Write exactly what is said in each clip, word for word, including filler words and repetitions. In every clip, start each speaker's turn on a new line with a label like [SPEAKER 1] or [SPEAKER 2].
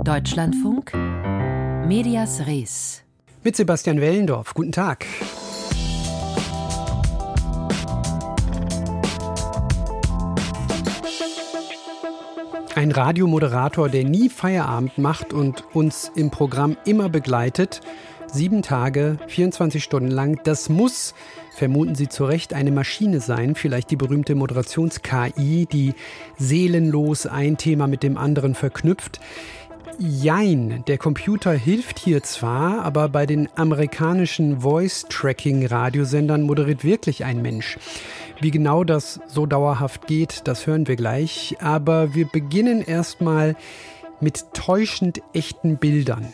[SPEAKER 1] Deutschlandfunk, Medias Res.
[SPEAKER 2] Mit Sebastian Wellendorf. Guten Tag. Ein Radiomoderator, der nie Feierabend macht und uns im Programm immer begleitet. Sieben Tage, vierundzwanzig Stunden lang. Das muss, vermuten Sie zu Recht, eine Maschine sein. Vielleicht die berühmte Moderations-K I, die seelenlos ein Thema mit dem anderen verknüpft. Jein, der Computer hilft hier zwar, aber bei den amerikanischen Voice-Tracking-Radiosendern moderiert wirklich ein Mensch. Wie genau das so dauerhaft geht, das hören wir gleich. Aber wir beginnen erstmal mit täuschend echten Bildern,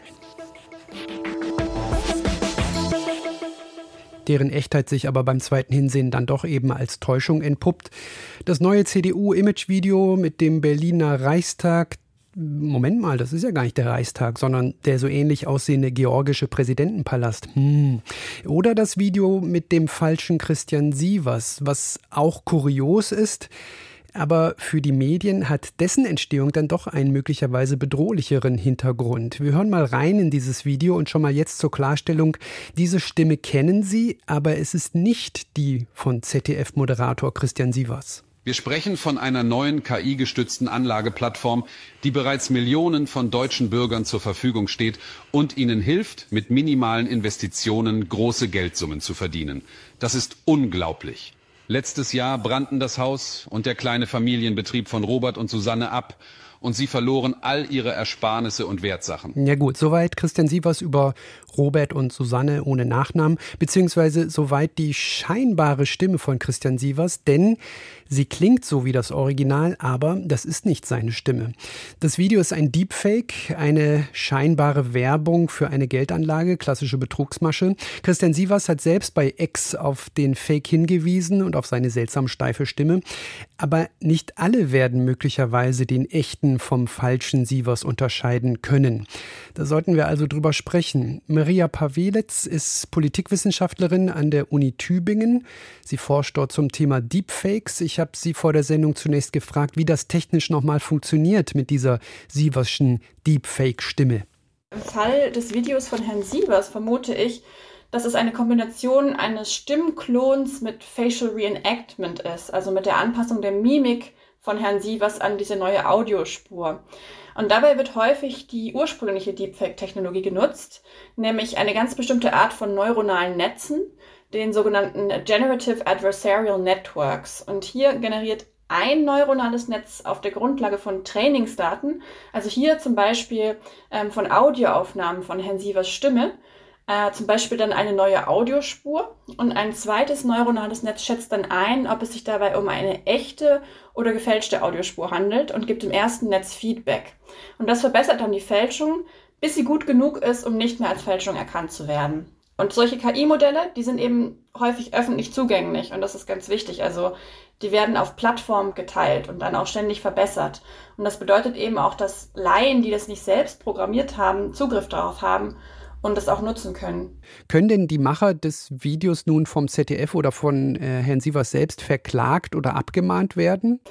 [SPEAKER 2] deren Echtheit sich aber beim zweiten Hinsehen dann doch eben als Täuschung entpuppt. Das neue C D U-Image-Video mit dem Berliner Reichstag. Moment mal, das ist ja gar nicht der Reichstag, sondern der so ähnlich aussehende georgische Präsidentenpalast. Hm. Oder das Video mit dem falschen Christian Sievers, was auch kurios ist. Aber für die Medien hat dessen Entstehung dann doch einen möglicherweise bedrohlicheren Hintergrund. Wir hören mal rein in dieses Video und schon mal jetzt zur Klarstellung, diese Stimme kennen Sie, aber es ist nicht die von Z D F-Moderator Christian Sievers.
[SPEAKER 3] Wir sprechen von einer neuen K I-gestützten Anlageplattform, die bereits Millionen von deutschen Bürgern zur Verfügung steht und ihnen hilft, mit minimalen Investitionen große Geldsummen zu verdienen. Das ist unglaublich. Letztes Jahr brannten das Haus und der kleine Familienbetrieb von Robert und Susanne ab. Und sie verloren all ihre Ersparnisse und Wertsachen.
[SPEAKER 2] Ja gut, soweit Christian Sievers über Robert und Susanne ohne Nachnamen, beziehungsweise soweit die scheinbare Stimme von Christian Sievers, denn sie klingt so wie das Original, aber das ist nicht seine Stimme. Das Video ist ein Deepfake, eine scheinbare Werbung für eine Geldanlage, klassische Betrugsmasche. Christian Sievers hat selbst bei X auf den Fake hingewiesen und auf seine seltsam steife Stimme. Aber nicht alle werden möglicherweise den echten vom falschen Sievers unterscheiden können. Da sollten wir also drüber sprechen. Maria Paweletz ist Politikwissenschaftlerin an der Uni Tübingen. Sie forscht dort zum Thema Deepfakes. Ich habe sie vor der Sendung zunächst gefragt, wie das technisch nochmal funktioniert mit dieser Sieverschen Deepfake-Stimme.
[SPEAKER 4] Im Fall des Videos von Herrn Sievers vermute ich, dass es eine Kombination eines Stimmklons mit Facial Reenactment ist, also mit der Anpassung der Mimik von Herrn Sievers an diese neue Audiospur. Und dabei wird häufig die ursprüngliche Deepfake-Technologie genutzt, nämlich eine ganz bestimmte Art von neuronalen Netzen, den sogenannten Generative Adversarial Networks. Und hier generiert ein neuronales Netz auf der Grundlage von Trainingsdaten, also hier zum Beispiel ähm, von Audioaufnahmen von Herrn Sievers Stimme, Äh, zum Beispiel dann eine neue Audiospur, und ein zweites neuronales Netz schätzt dann ein, ob es sich dabei um eine echte oder gefälschte Audiospur handelt und gibt dem ersten Netz Feedback. Und das verbessert dann die Fälschung, bis sie gut genug ist, um nicht mehr als Fälschung erkannt zu werden. Und solche K I-Modelle, die sind eben häufig öffentlich zugänglich, und das ist ganz wichtig. Also die werden auf Plattformen geteilt und dann auch ständig verbessert. Und das bedeutet eben auch, dass Laien, die das nicht selbst programmiert haben, Zugriff darauf haben und das auch nutzen können.
[SPEAKER 2] Können denn die Macher des Videos nun vom Z D F oder von äh, Herrn Sievers selbst verklagt oder abgemahnt werden?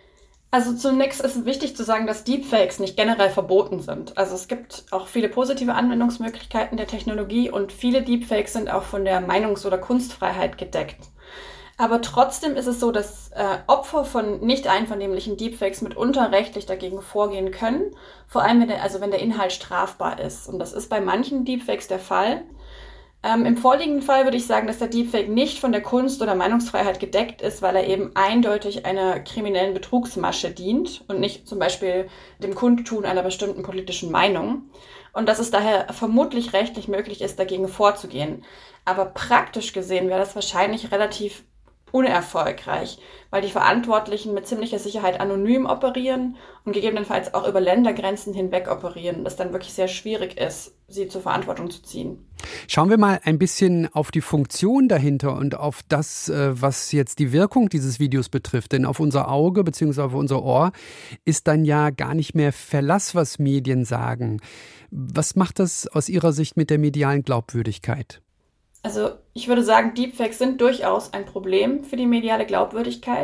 [SPEAKER 4] Also zunächst ist wichtig zu sagen, dass Deepfakes nicht generell verboten sind. Also es gibt auch viele positive Anwendungsmöglichkeiten der Technologie und viele Deepfakes sind auch von der Meinungs- oder Kunstfreiheit gedeckt. Aber trotzdem ist es so, dass äh, Opfer von nicht einvernehmlichen Deepfakes mitunter rechtlich dagegen vorgehen können, vor allem wenn der, also wenn der Inhalt strafbar ist. Und das ist bei manchen Deepfakes der Fall. Ähm, Im vorliegenden Fall würde ich sagen, dass der Deepfake nicht von der Kunst- oder Meinungsfreiheit gedeckt ist, weil er eben eindeutig einer kriminellen Betrugsmasche dient und nicht zum Beispiel dem Kundtun einer bestimmten politischen Meinung. Und dass es daher vermutlich rechtlich möglich ist, dagegen vorzugehen. Aber praktisch gesehen wäre das wahrscheinlich relativ unerfolgreich, weil die Verantwortlichen mit ziemlicher Sicherheit anonym operieren und gegebenenfalls auch über Ländergrenzen hinweg operieren und es dann wirklich sehr schwierig ist, sie zur Verantwortung zu ziehen.
[SPEAKER 2] Schauen wir mal ein bisschen auf die Funktion dahinter und auf das, was jetzt die Wirkung dieses Videos betrifft. Denn auf unser Auge bzw. auf unser Ohr ist dann ja gar nicht mehr Verlass, was Medien sagen. Was macht das aus Ihrer Sicht mit der medialen Glaubwürdigkeit?
[SPEAKER 4] Also ich würde sagen, Deepfakes sind durchaus ein Problem für die mediale Glaubwürdigkeit,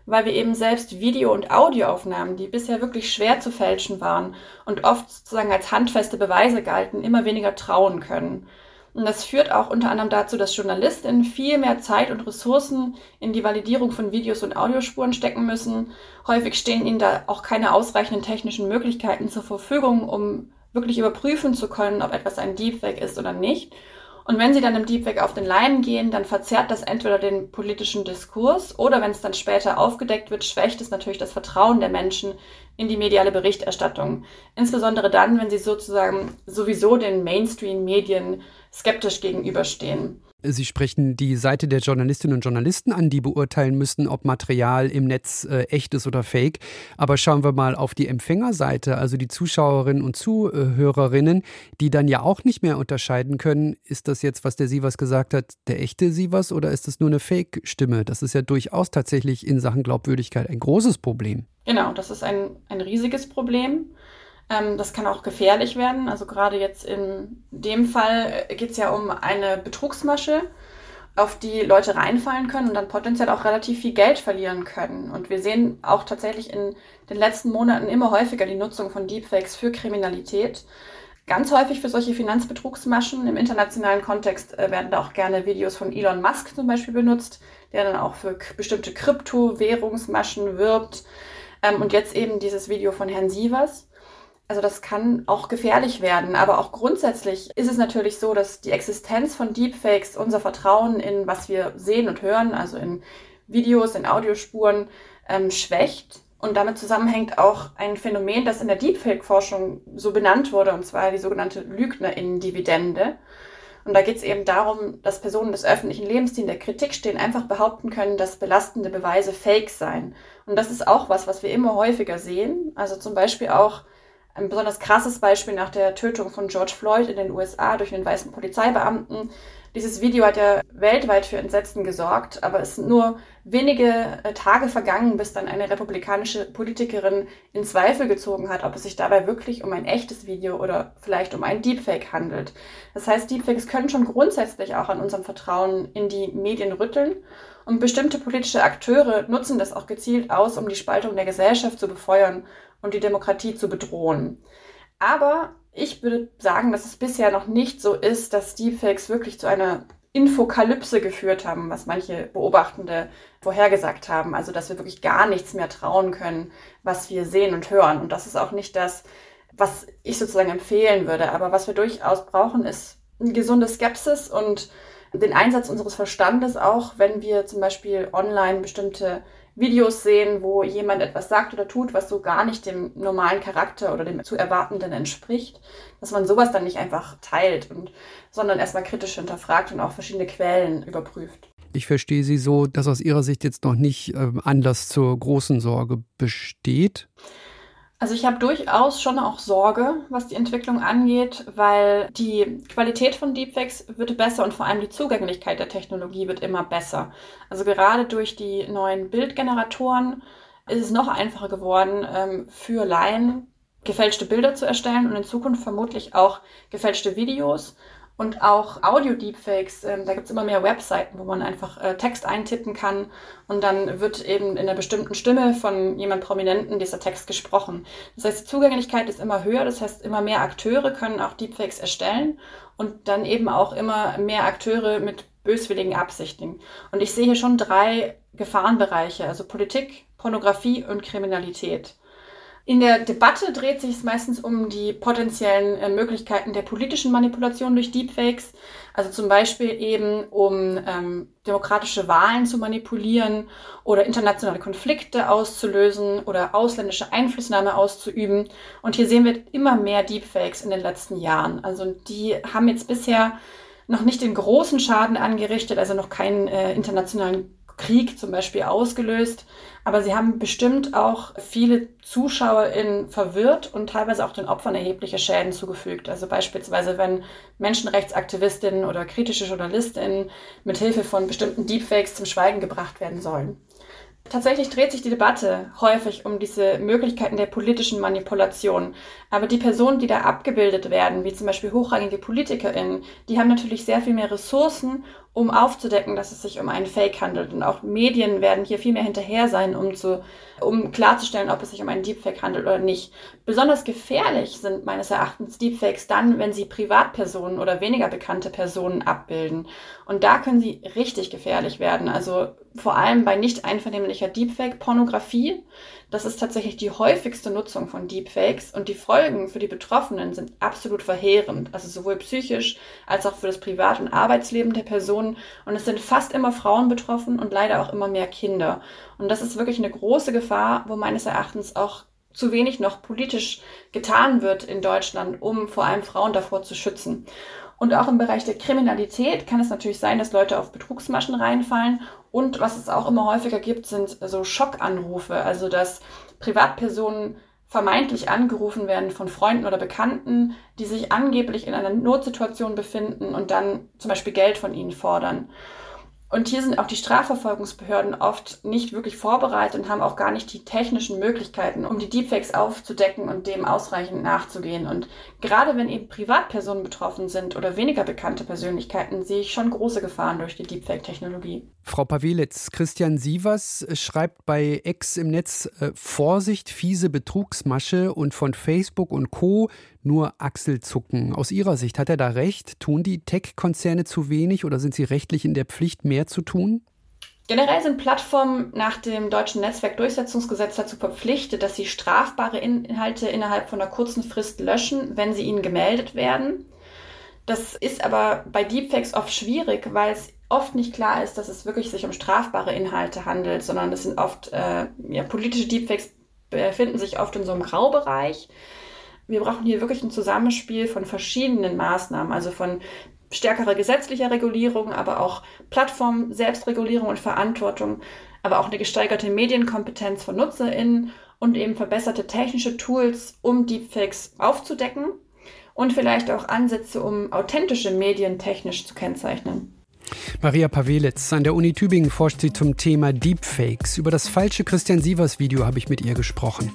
[SPEAKER 4] weil wir eben selbst Video- und Audioaufnahmen, die bisher wirklich schwer zu fälschen waren und oft sozusagen als handfeste Beweise galten, immer weniger trauen können. Und das führt auch unter anderem dazu, dass JournalistInnen viel mehr Zeit und Ressourcen in die Validierung von Videos und Audiospuren stecken müssen. Häufig stehen ihnen da auch keine ausreichenden technischen Möglichkeiten zur Verfügung, um wirklich überprüfen zu können, ob etwas ein Deepfake ist oder nicht. Und wenn sie dann im Deepfake auf den Leim gehen, dann verzerrt das entweder den politischen Diskurs oder wenn es dann später aufgedeckt wird, schwächt es natürlich das Vertrauen der Menschen in die mediale Berichterstattung. Insbesondere dann, wenn sie sozusagen sowieso den Mainstream-Medien skeptisch gegenüberstehen.
[SPEAKER 2] Sie sprechen die Seite der Journalistinnen und Journalisten an, die beurteilen müssen, ob Material im Netz äh, echt ist oder fake. Aber schauen wir mal auf die Empfängerseite, also die Zuschauerinnen und Zuhörerinnen, die dann ja auch nicht mehr unterscheiden können, ist das jetzt, was der Sievers gesagt hat, der echte Sievers oder ist das nur eine Fake-Stimme? Das ist ja durchaus tatsächlich in Sachen Glaubwürdigkeit ein großes Problem.
[SPEAKER 4] Genau, das ist ein, ein riesiges Problem. Das kann auch gefährlich werden. Also gerade jetzt in dem Fall geht es ja um eine Betrugsmasche, auf die Leute reinfallen können und dann potenziell auch relativ viel Geld verlieren können. Und wir sehen auch tatsächlich in den letzten Monaten immer häufiger die Nutzung von Deepfakes für Kriminalität. Ganz häufig für solche Finanzbetrugsmaschen. Im internationalen Kontext werden da auch gerne Videos von Elon Musk zum Beispiel benutzt, der dann auch für bestimmte Kryptowährungsmaschen wirbt. Und jetzt eben dieses Video von Herrn Sievers. Also das kann auch gefährlich werden, aber auch grundsätzlich ist es natürlich so, dass die Existenz von Deepfakes unser Vertrauen in was wir sehen und hören, also in Videos, in Audiospuren, ähm, schwächt. Und damit zusammenhängt auch ein Phänomen, das in der Deepfake-Forschung so benannt wurde, und zwar die sogenannte Lügnerinnen-Dividende. Und da geht es eben darum, dass Personen des öffentlichen Lebens, die in der Kritik stehen, einfach behaupten können, dass belastende Beweise fake seien. Und das ist auch was, was wir immer häufiger sehen. Also zum Beispiel auch ein besonders krasses Beispiel nach der Tötung von George Floyd in den U S A durch einen weißen Polizeibeamten. Dieses Video hat ja weltweit für Entsetzen gesorgt, aber es sind nur wenige Tage vergangen, bis dann eine republikanische Politikerin in Zweifel gezogen hat, ob es sich dabei wirklich um ein echtes Video oder vielleicht um ein Deepfake handelt. Das heißt, Deepfakes können schon grundsätzlich auch an unserem Vertrauen in die Medien rütteln. Und bestimmte politische Akteure nutzen das auch gezielt aus, um die Spaltung der Gesellschaft zu befeuern und die Demokratie zu bedrohen. Aber ich würde sagen, dass es bisher noch nicht so ist, dass Deepfakes wirklich zu einer Infokalypse geführt haben, was manche Beobachtende vorhergesagt haben. Also, dass wir wirklich gar nichts mehr trauen können, was wir sehen und hören. Und das ist auch nicht das, was ich sozusagen empfehlen würde. Aber was wir durchaus brauchen, ist eine gesunde Skepsis und den Einsatz unseres Verstandes auch, wenn wir zum Beispiel online bestimmte Videos sehen, wo jemand etwas sagt oder tut, was so gar nicht dem normalen Charakter oder dem zu Erwartenden entspricht, dass man sowas dann nicht einfach teilt, und, sondern erstmal kritisch hinterfragt und auch verschiedene Quellen überprüft.
[SPEAKER 2] Ich verstehe Sie so, dass aus Ihrer Sicht jetzt noch nicht äh, Anlass zur großen Sorge besteht.
[SPEAKER 4] Also ich habe durchaus schon auch Sorge, was die Entwicklung angeht, weil die Qualität von Deepfakes wird besser und vor allem die Zugänglichkeit der Technologie wird immer besser. Also gerade durch die neuen Bildgeneratoren ist es noch einfacher geworden, ähm, für Laien gefälschte Bilder zu erstellen und in Zukunft vermutlich auch gefälschte Videos. Und auch Audio-Deepfakes, ähm, da gibt es immer mehr Webseiten, wo man einfach äh, Text eintippen kann und dann wird eben in einer bestimmten Stimme von jemand Prominenten dieser Text gesprochen. Das heißt, die Zugänglichkeit ist immer höher, das heißt, immer mehr Akteure können auch Deepfakes erstellen und dann eben auch immer mehr Akteure mit böswilligen Absichten. Und ich sehe hier schon drei Gefahrenbereiche, also Politik, Pornografie und Kriminalität. In der Debatte dreht sich es meistens um die potenziellen äh, Möglichkeiten der politischen Manipulation durch Deepfakes, also zum Beispiel eben um ähm, demokratische Wahlen zu manipulieren oder internationale Konflikte auszulösen oder ausländische Einflussnahme auszuüben. Und hier sehen wir immer mehr Deepfakes in den letzten Jahren. Also die haben jetzt bisher noch nicht den großen Schaden angerichtet, also noch keinen äh, internationalen Krieg zum Beispiel ausgelöst, aber sie haben bestimmt auch viele ZuschauerInnen verwirrt und teilweise auch den Opfern erhebliche Schäden zugefügt. Also beispielsweise, wenn Menschenrechtsaktivistinnen oder kritische JournalistInnen mit Hilfe von bestimmten Deepfakes zum Schweigen gebracht werden sollen. Tatsächlich dreht sich die Debatte häufig um diese Möglichkeiten der politischen Manipulation. Aber die Personen, die da abgebildet werden, wie zum Beispiel hochrangige PolitikerInnen, die haben natürlich sehr viel mehr Ressourcen, um aufzudecken, dass es sich um einen Fake handelt. Und auch Medien werden hier viel mehr hinterher sein, um zu, um klarzustellen, ob es sich um einen Deepfake handelt oder nicht. Besonders gefährlich sind meines Erachtens Deepfakes dann, wenn sie Privatpersonen oder weniger bekannte Personen abbilden. Und da können sie richtig gefährlich werden. Also vor allem bei nicht einvernehmlicher Deepfake-Pornografie. Das ist tatsächlich die häufigste Nutzung von Deepfakes und die Folgen für die Betroffenen sind absolut verheerend. Also sowohl psychisch als auch für das Privat- und Arbeitsleben der Personen. Und es sind fast immer Frauen betroffen und leider auch immer mehr Kinder. Und das ist wirklich eine große Gefahr, wo meines Erachtens auch zu wenig noch politisch getan wird in Deutschland, um vor allem Frauen davor zu schützen. Und auch im Bereich der Kriminalität kann es natürlich sein, dass Leute auf Betrugsmaschen reinfallen. Und was es auch immer häufiger gibt, sind so Schockanrufe. Also dass Privatpersonen vermeintlich angerufen werden von Freunden oder Bekannten, die sich angeblich in einer Notsituation befinden und dann zum Beispiel Geld von ihnen fordern. Und hier sind auch die Strafverfolgungsbehörden oft nicht wirklich vorbereitet und haben auch gar nicht die technischen Möglichkeiten, um die Deepfakes aufzudecken und dem ausreichend nachzugehen. Und gerade wenn eben Privatpersonen betroffen sind oder weniger bekannte Persönlichkeiten, sehe ich schon große Gefahren durch die Deepfake-Technologie.
[SPEAKER 2] Frau Pawelitz, Christian Sievers schreibt bei X im Netz, äh, Vorsicht, fiese Betrugsmasche und von Facebook und Co. nur Achselzucken. Aus Ihrer Sicht, hat er da recht? Tun die Tech-Konzerne zu wenig oder sind sie rechtlich in der Pflicht, mehr zu tun?
[SPEAKER 4] Generell sind Plattformen nach dem deutschen Netzwerkdurchsetzungsgesetz dazu verpflichtet, dass sie strafbare Inhalte innerhalb von einer kurzen Frist löschen, wenn sie ihnen gemeldet werden. Das ist aber bei Deepfakes oft schwierig, weil es oft nicht klar ist, dass es wirklich sich um strafbare Inhalte handelt, sondern es sind oft äh, ja, politische Deepfakes befinden sich oft in so einem Graubereich. Wir brauchen hier wirklich ein Zusammenspiel von verschiedenen Maßnahmen, also von stärkerer gesetzlicher Regulierung, aber auch Plattform, Selbstregulierung und Verantwortung, aber auch eine gesteigerte Medienkompetenz von NutzerInnen und eben verbesserte technische Tools, um Deepfakes aufzudecken und vielleicht auch Ansätze, um authentische Medien technisch zu kennzeichnen.
[SPEAKER 2] Maria Pawelitz, an der Uni Tübingen forscht sie zum Thema Deepfakes. Über das falsche Christian Sievers-Video habe ich mit ihr gesprochen.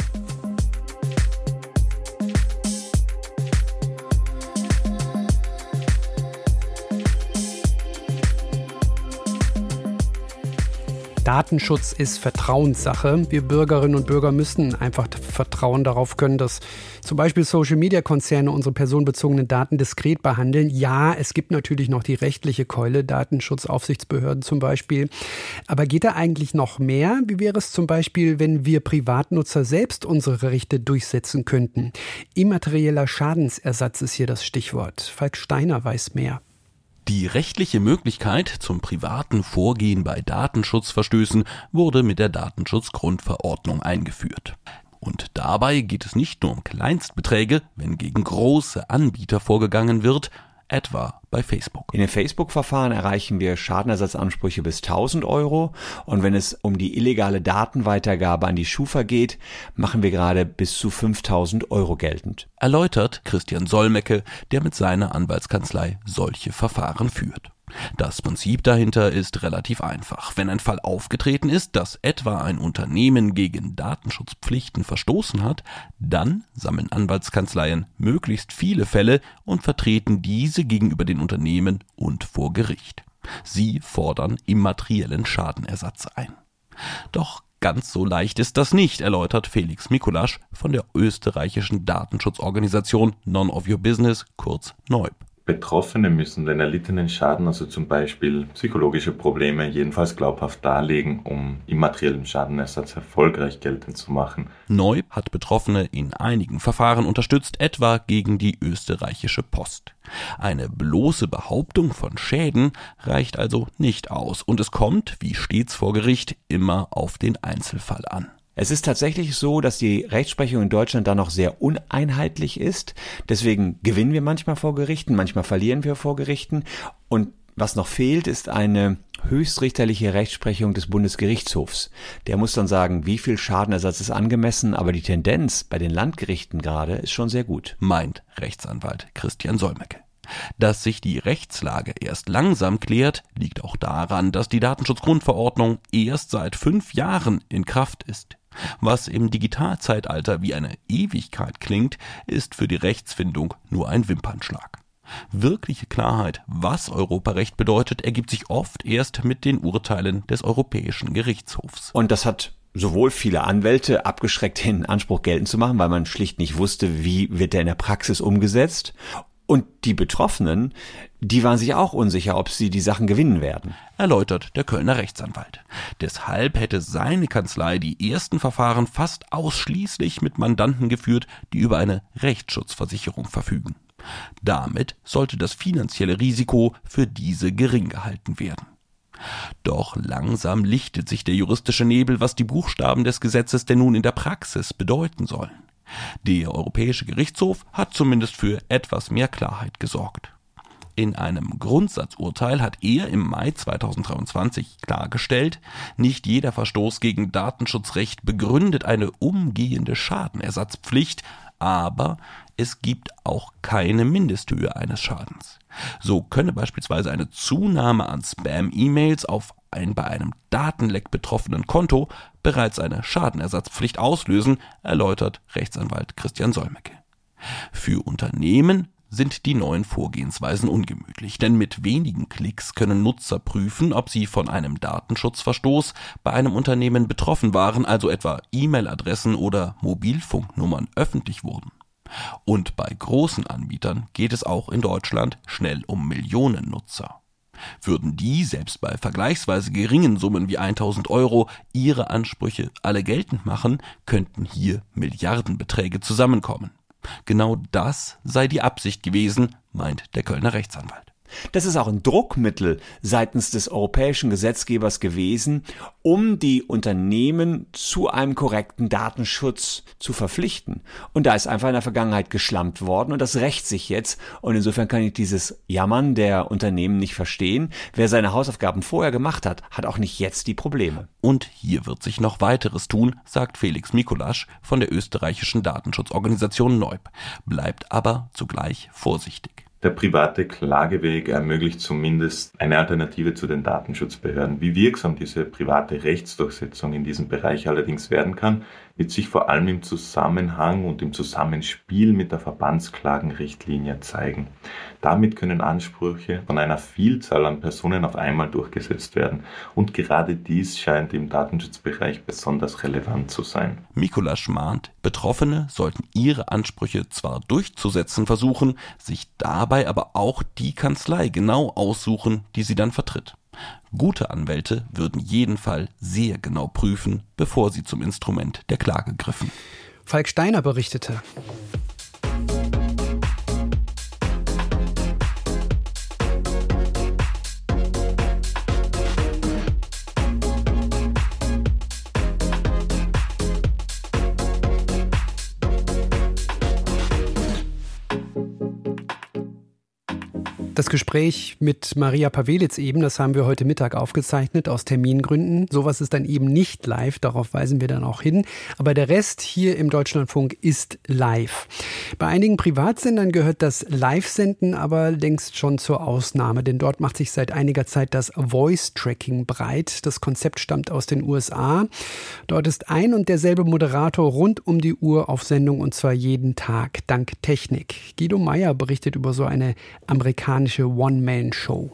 [SPEAKER 2] Datenschutz ist Vertrauenssache. Wir Bürgerinnen und Bürger müssen einfach Vertrauen darauf können, dass zum Beispiel Social-Media-Konzerne unsere personenbezogenen Daten diskret behandeln. Ja, es gibt natürlich noch die rechtliche Keule, Datenschutzaufsichtsbehörden zum Beispiel. Aber geht da eigentlich noch mehr? Wie wäre es zum Beispiel, wenn wir Privatnutzer selbst unsere Rechte durchsetzen könnten? Immaterieller Schadensersatz ist hier das Stichwort. Falk Steiner weiß mehr.
[SPEAKER 5] Die rechtliche Möglichkeit zum privaten Vorgehen bei Datenschutzverstößen wurde mit der Datenschutzgrundverordnung eingeführt. Und dabei geht es nicht nur um Kleinstbeträge, wenn gegen große Anbieter vorgegangen wird, etwa bei Facebook.
[SPEAKER 6] In den Facebook-Verfahren erreichen wir Schadenersatzansprüche bis tausend Euro und wenn es um die illegale Datenweitergabe an die Schufa geht, machen wir gerade bis zu fünftausend Euro geltend.
[SPEAKER 5] Erläutert Christian Solmecke, der mit seiner Anwaltskanzlei solche Verfahren führt. Das Prinzip dahinter ist relativ einfach. Wenn ein Fall aufgetreten ist, dass etwa ein Unternehmen gegen Datenschutzpflichten verstoßen hat, dann sammeln Anwaltskanzleien möglichst viele Fälle und vertreten diese gegenüber den Unternehmen und vor Gericht. Sie fordern immateriellen Schadenersatz ein. Doch ganz so leicht ist das nicht, erläutert Felix Mikulasch von der österreichischen Datenschutzorganisation None of Your Business, kurz Neub.
[SPEAKER 7] Betroffene müssen den erlittenen Schaden, also zum Beispiel psychologische Probleme, jedenfalls glaubhaft darlegen, um immateriellen Schadenersatz erfolgreich geltend zu machen.
[SPEAKER 5] Neub hat Betroffene in einigen Verfahren unterstützt, etwa gegen die österreichische Post. Eine bloße Behauptung von Schäden reicht also nicht aus und es kommt, wie stets vor Gericht, immer auf den Einzelfall an.
[SPEAKER 6] Es ist tatsächlich so, dass die Rechtsprechung in Deutschland da noch sehr uneinheitlich ist. Deswegen gewinnen wir manchmal vor Gerichten, manchmal verlieren wir vor Gerichten. Und was noch fehlt, ist eine höchstrichterliche Rechtsprechung des Bundesgerichtshofs. Der muss dann sagen, wie viel Schadenersatz ist angemessen, aber die Tendenz bei den Landgerichten gerade ist schon sehr gut.
[SPEAKER 5] Meint Rechtsanwalt Christian Solmecke. Dass sich die Rechtslage erst langsam klärt, liegt auch daran, dass die Datenschutzgrundverordnung erst seit fünf Jahren in Kraft ist. Was im Digitalzeitalter wie eine Ewigkeit klingt, ist für die Rechtsfindung nur ein Wimpernschlag. Wirkliche Klarheit, was Europarecht bedeutet, ergibt sich oft erst mit den Urteilen des Europäischen Gerichtshofs.
[SPEAKER 6] Und das hat sowohl viele Anwälte abgeschreckt, den Anspruch geltend zu machen, weil man schlicht nicht wusste, wie wird der in der Praxis umgesetzt. Und die Betroffenen, die waren sich auch unsicher, ob sie die Sachen gewinnen werden.
[SPEAKER 5] Erläutert der Kölner Rechtsanwalt. Deshalb hätte seine Kanzlei die ersten Verfahren fast ausschließlich mit Mandanten geführt, die über eine Rechtsschutzversicherung verfügen. Damit sollte das finanzielle Risiko für diese gering gehalten werden. Doch langsam lichtet sich der juristische Nebel, was die Buchstaben des Gesetzes denn nun in der Praxis bedeuten sollen. Der Europäische Gerichtshof hat zumindest für etwas mehr Klarheit gesorgt. In einem Grundsatzurteil hat er im Mai zweitausenddreiundzwanzig klargestellt, nicht jeder Verstoß gegen Datenschutzrecht begründet eine umgehende Schadenersatzpflicht, aber es gibt auch keine Mindesthöhe eines Schadens. So könne beispielsweise eine Zunahme an Spam-E-Mails auf ein bei einem Datenleck betroffenen Konto bereits eine Schadenersatzpflicht auslösen, erläutert Rechtsanwalt Christian Solmecke. Für Unternehmen sind die neuen Vorgehensweisen ungemütlich, denn mit wenigen Klicks können Nutzer prüfen, ob sie von einem Datenschutzverstoß bei einem Unternehmen betroffen waren, also etwa E-Mail-Adressen oder Mobilfunknummern öffentlich wurden. Und bei großen Anbietern geht es auch in Deutschland schnell um Millionen Nutzer. Würden die, selbst bei vergleichsweise geringen Summen wie tausend Euro, ihre Ansprüche alle geltend machen, könnten hier Milliardenbeträge zusammenkommen. Genau das sei die Absicht gewesen, meint der Kölner Rechtsanwalt.
[SPEAKER 6] Das ist auch ein Druckmittel seitens des europäischen Gesetzgebers gewesen, um die Unternehmen zu einem korrekten Datenschutz zu verpflichten. Und da ist einfach in der Vergangenheit geschlampt worden und das rächt sich jetzt. Und insofern kann ich dieses Jammern der Unternehmen nicht verstehen. Wer seine Hausaufgaben vorher gemacht hat, hat auch nicht jetzt die Probleme.
[SPEAKER 5] Und hier wird sich noch weiteres tun, sagt Felix Mikulasch von der österreichischen Datenschutzorganisation Neub, bleibt aber zugleich vorsichtig.
[SPEAKER 7] Der private Klageweg ermöglicht zumindest eine Alternative zu den Datenschutzbehörden. Wie wirksam diese private Rechtsdurchsetzung in diesem Bereich allerdings werden kann, wird sich vor allem im Zusammenhang und im Zusammenspiel mit der Verbandsklagenrichtlinie zeigen. Damit können Ansprüche von einer Vielzahl an Personen auf einmal durchgesetzt werden. Und gerade dies scheint im Datenschutzbereich besonders relevant zu sein.
[SPEAKER 5] Mikulasch mahnt, Betroffene sollten ihre Ansprüche zwar durchzusetzen versuchen, sich dabei aber auch die Kanzlei genau aussuchen, die sie dann vertritt. Gute Anwälte würden jeden Fall sehr genau prüfen, bevor sie zum Instrument der Klage griffen.
[SPEAKER 2] Falk Steiner berichtete. Das Gespräch mit Maria Pawelitz eben, das haben wir heute Mittag aufgezeichnet aus Termingründen. Sowas ist dann eben nicht live, darauf weisen wir dann auch hin. Aber der Rest hier im Deutschlandfunk ist live. Bei einigen Privatsendern gehört das Live-Senden aber längst schon zur Ausnahme, denn dort macht sich seit einiger Zeit das Voice-Tracking breit. Das Konzept stammt aus den U S A. Dort ist ein und derselbe Moderator rund um die Uhr auf Sendung und zwar jeden Tag, dank Technik. Guido Meyer berichtet über so eine amerikanische One-Man-Show.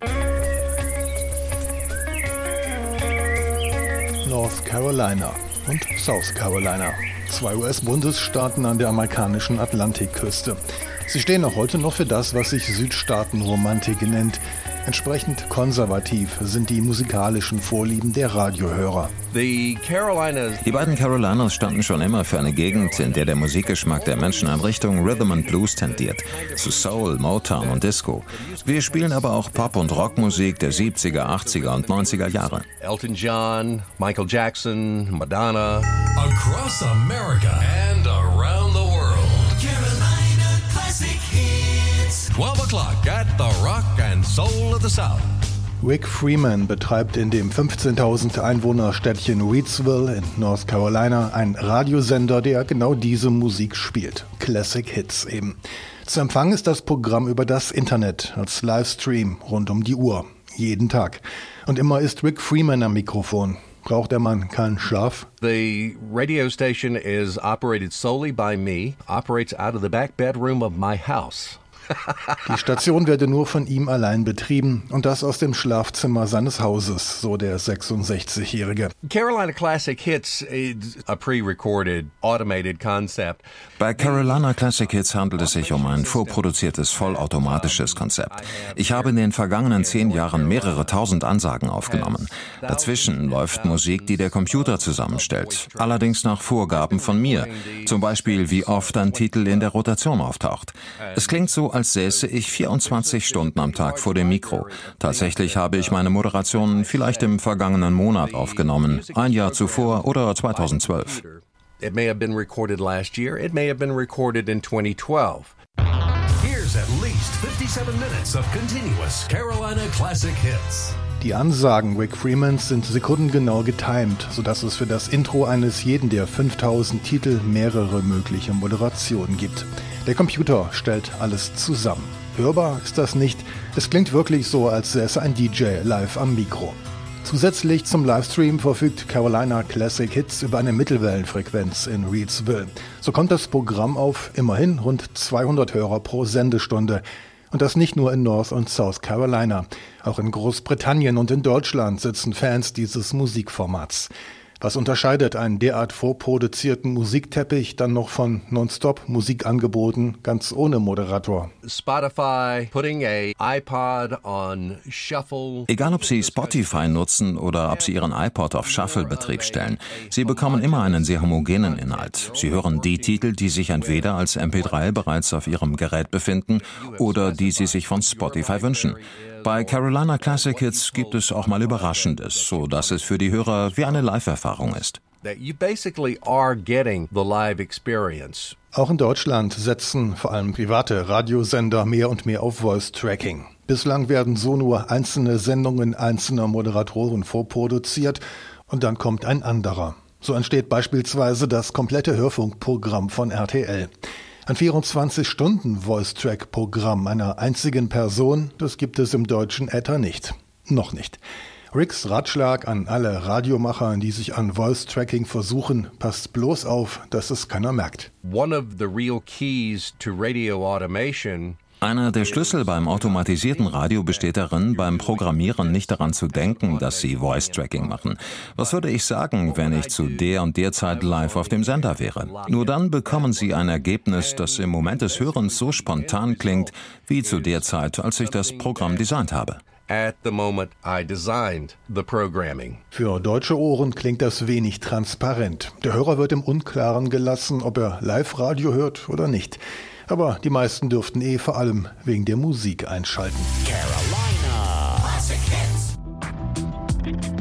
[SPEAKER 8] North Carolina und South Carolina. Zwei U S-Bundesstaaten an der amerikanischen Atlantikküste. Sie stehen auch heute noch für das, was sich Südstaatenromantik nennt. Entsprechend konservativ sind die musikalischen Vorlieben der Radiohörer.
[SPEAKER 9] Die beiden Carolinas standen schon immer für eine Gegend, in der der Musikgeschmack der Menschen in Richtung Rhythm and Blues tendiert, zu Soul, Motown und Disco. Wir spielen aber auch Pop- und Rockmusik der siebziger, achtziger und neunziger Jahre.
[SPEAKER 10] Elton John, Michael Jackson, Madonna.
[SPEAKER 11] Across America and around the world. Carolina Classic Hits. twelve o'clock at the Rock and Soul of the South.
[SPEAKER 8] Rick Freeman betreibt in dem fünfzehntausend Einwohner-Städtchen Reidsville in North Carolina einen Radiosender, der genau diese Musik spielt. Classic Hits eben. Zu empfangen ist das Programm über das Internet als Livestream rund um die Uhr. Jeden Tag. Und immer ist Rick Freeman am Mikrofon. Braucht der Mann keinen Schlaf?
[SPEAKER 10] The radio station is operated solely by me, operates out of the back bedroom of my house.
[SPEAKER 8] Die Station werde nur von ihm allein betrieben und das aus dem Schlafzimmer seines Hauses, so der sechsundsechzigjährige.
[SPEAKER 10] Carolina Classic Hits is a pre-recorded, automated concept.
[SPEAKER 9] Bei Carolina Classic Hits handelt es sich um ein vorproduziertes, vollautomatisches Konzept. Ich habe in den vergangenen zehn Jahren mehrere tausend Ansagen aufgenommen. Dazwischen läuft Musik, die der Computer zusammenstellt, allerdings nach Vorgaben von mir. Zum Beispiel, wie oft ein Titel in der Rotation auftaucht. Es klingt so, als säße ich vierundzwanzig Stunden am Tag vor dem Mikro. Tatsächlich habe ich meine Moderation vielleicht im vergangenen Monat aufgenommen, ein Jahr zuvor oder zweitausendzwölf.
[SPEAKER 10] It may have been recorded last year, it may have been recorded in twenty twelve.
[SPEAKER 11] Here's at least fifty-seven minutes of continuous Carolina Classic Hits.
[SPEAKER 8] Die Ansagen Rick Fremans sind sekundengenau getimed, sodass es für das Intro eines jeden der fünftausend Titel mehrere mögliche Moderationen gibt. Der Computer stellt alles zusammen. Hörbar ist das nicht. Es klingt wirklich so, als säße ein D J live am Mikro. Zusätzlich zum Livestream verfügt Carolina Classic Hits über eine Mittelwellenfrequenz in Reidsville. So kommt das Programm auf immerhin rund zweihundert Hörer pro Sendestunde. Und das nicht nur in North und South Carolina. Auch in Großbritannien und in Deutschland sitzen Fans dieses Musikformats. Was unterscheidet einen derart vorproduzierten Musikteppich dann noch von Nonstop-Musikangeboten ganz ohne Moderator?
[SPEAKER 10] Spotify putting a iPod on Shuffle.
[SPEAKER 9] Egal, ob Sie Spotify nutzen oder ob Sie Ihren iPod auf Shuffle-Betrieb stellen, Sie bekommen immer einen sehr homogenen Inhalt. Sie hören die Titel, die sich entweder als M P drei bereits auf Ihrem Gerät befinden oder die Sie sich von Spotify wünschen. Bei Carolina Classic Hits gibt es auch mal Überraschendes, so dass es für die Hörer wie eine Live-Erfahrung ist.
[SPEAKER 10] You basically are getting the live experience.
[SPEAKER 8] Auch in Deutschland setzen vor allem private Radiosender mehr und mehr auf Voice-Tracking. Bislang werden so nur einzelne Sendungen einzelner Moderatoren vorproduziert und dann kommt ein anderer. So entsteht beispielsweise das komplette Hörfunkprogramm von R T L. Ein vierundzwanzig Stunden Voice-Track-Programm einer einzigen Person, das gibt es im deutschen Äther nicht. Noch nicht. Ricks Ratschlag an alle Radiomacher, die sich an Voice-Tracking versuchen, passt bloß auf, dass es keiner merkt.
[SPEAKER 10] One of the real keys to radio automation.
[SPEAKER 9] Einer der Schlüssel beim automatisierten Radio besteht darin, beim Programmieren nicht daran zu denken, dass Sie Voice-Tracking machen. Was würde ich sagen, wenn ich zu der und der Zeit live auf dem Sender wäre? Nur dann bekommen Sie ein Ergebnis, das im Moment des Hörens so spontan klingt, wie zu der Zeit, als ich das Programm designt habe.
[SPEAKER 10] At the moment I designed the programming.
[SPEAKER 8] Für deutsche Ohren klingt das wenig transparent. Der Hörer wird im Unklaren gelassen, ob er Live-Radio hört oder nicht. Aber die meisten dürften eh vor allem wegen der Musik einschalten.
[SPEAKER 11] Carolina Classic Hits.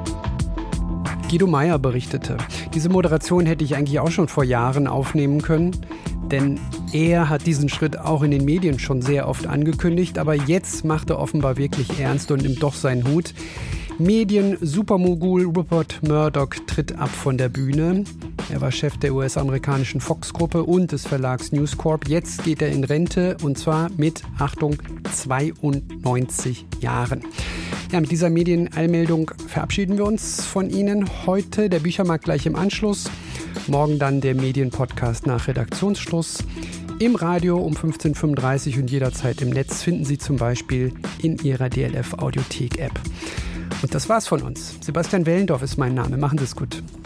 [SPEAKER 2] Guido Meyer berichtete, diese Moderation hätte ich eigentlich auch schon vor Jahren aufnehmen können, denn er hat diesen Schritt auch in den Medien schon sehr oft angekündigt, aber jetzt macht er offenbar wirklich ernst und nimmt doch seinen Hut. Medien-Supermogul Rupert Murdoch tritt ab von der Bühne. Er war Chef der U S-amerikanischen Fox-Gruppe und des Verlags News Corp. Jetzt geht er in Rente und zwar mit, Achtung, zweiundneunzig Jahren. Ja, mit dieser Medienallmeldung verabschieden wir uns von Ihnen heute. Der Büchermarkt gleich im Anschluss. Morgen dann der Medienpodcast nach Redaktionsschluss. Im Radio um fünfzehn Uhr fünfunddreißig und jederzeit im Netz finden Sie zum Beispiel in Ihrer D L F Audiothek-App. Und das war's von uns. Sebastian Wellendorf ist mein Name. Machen Sie es gut.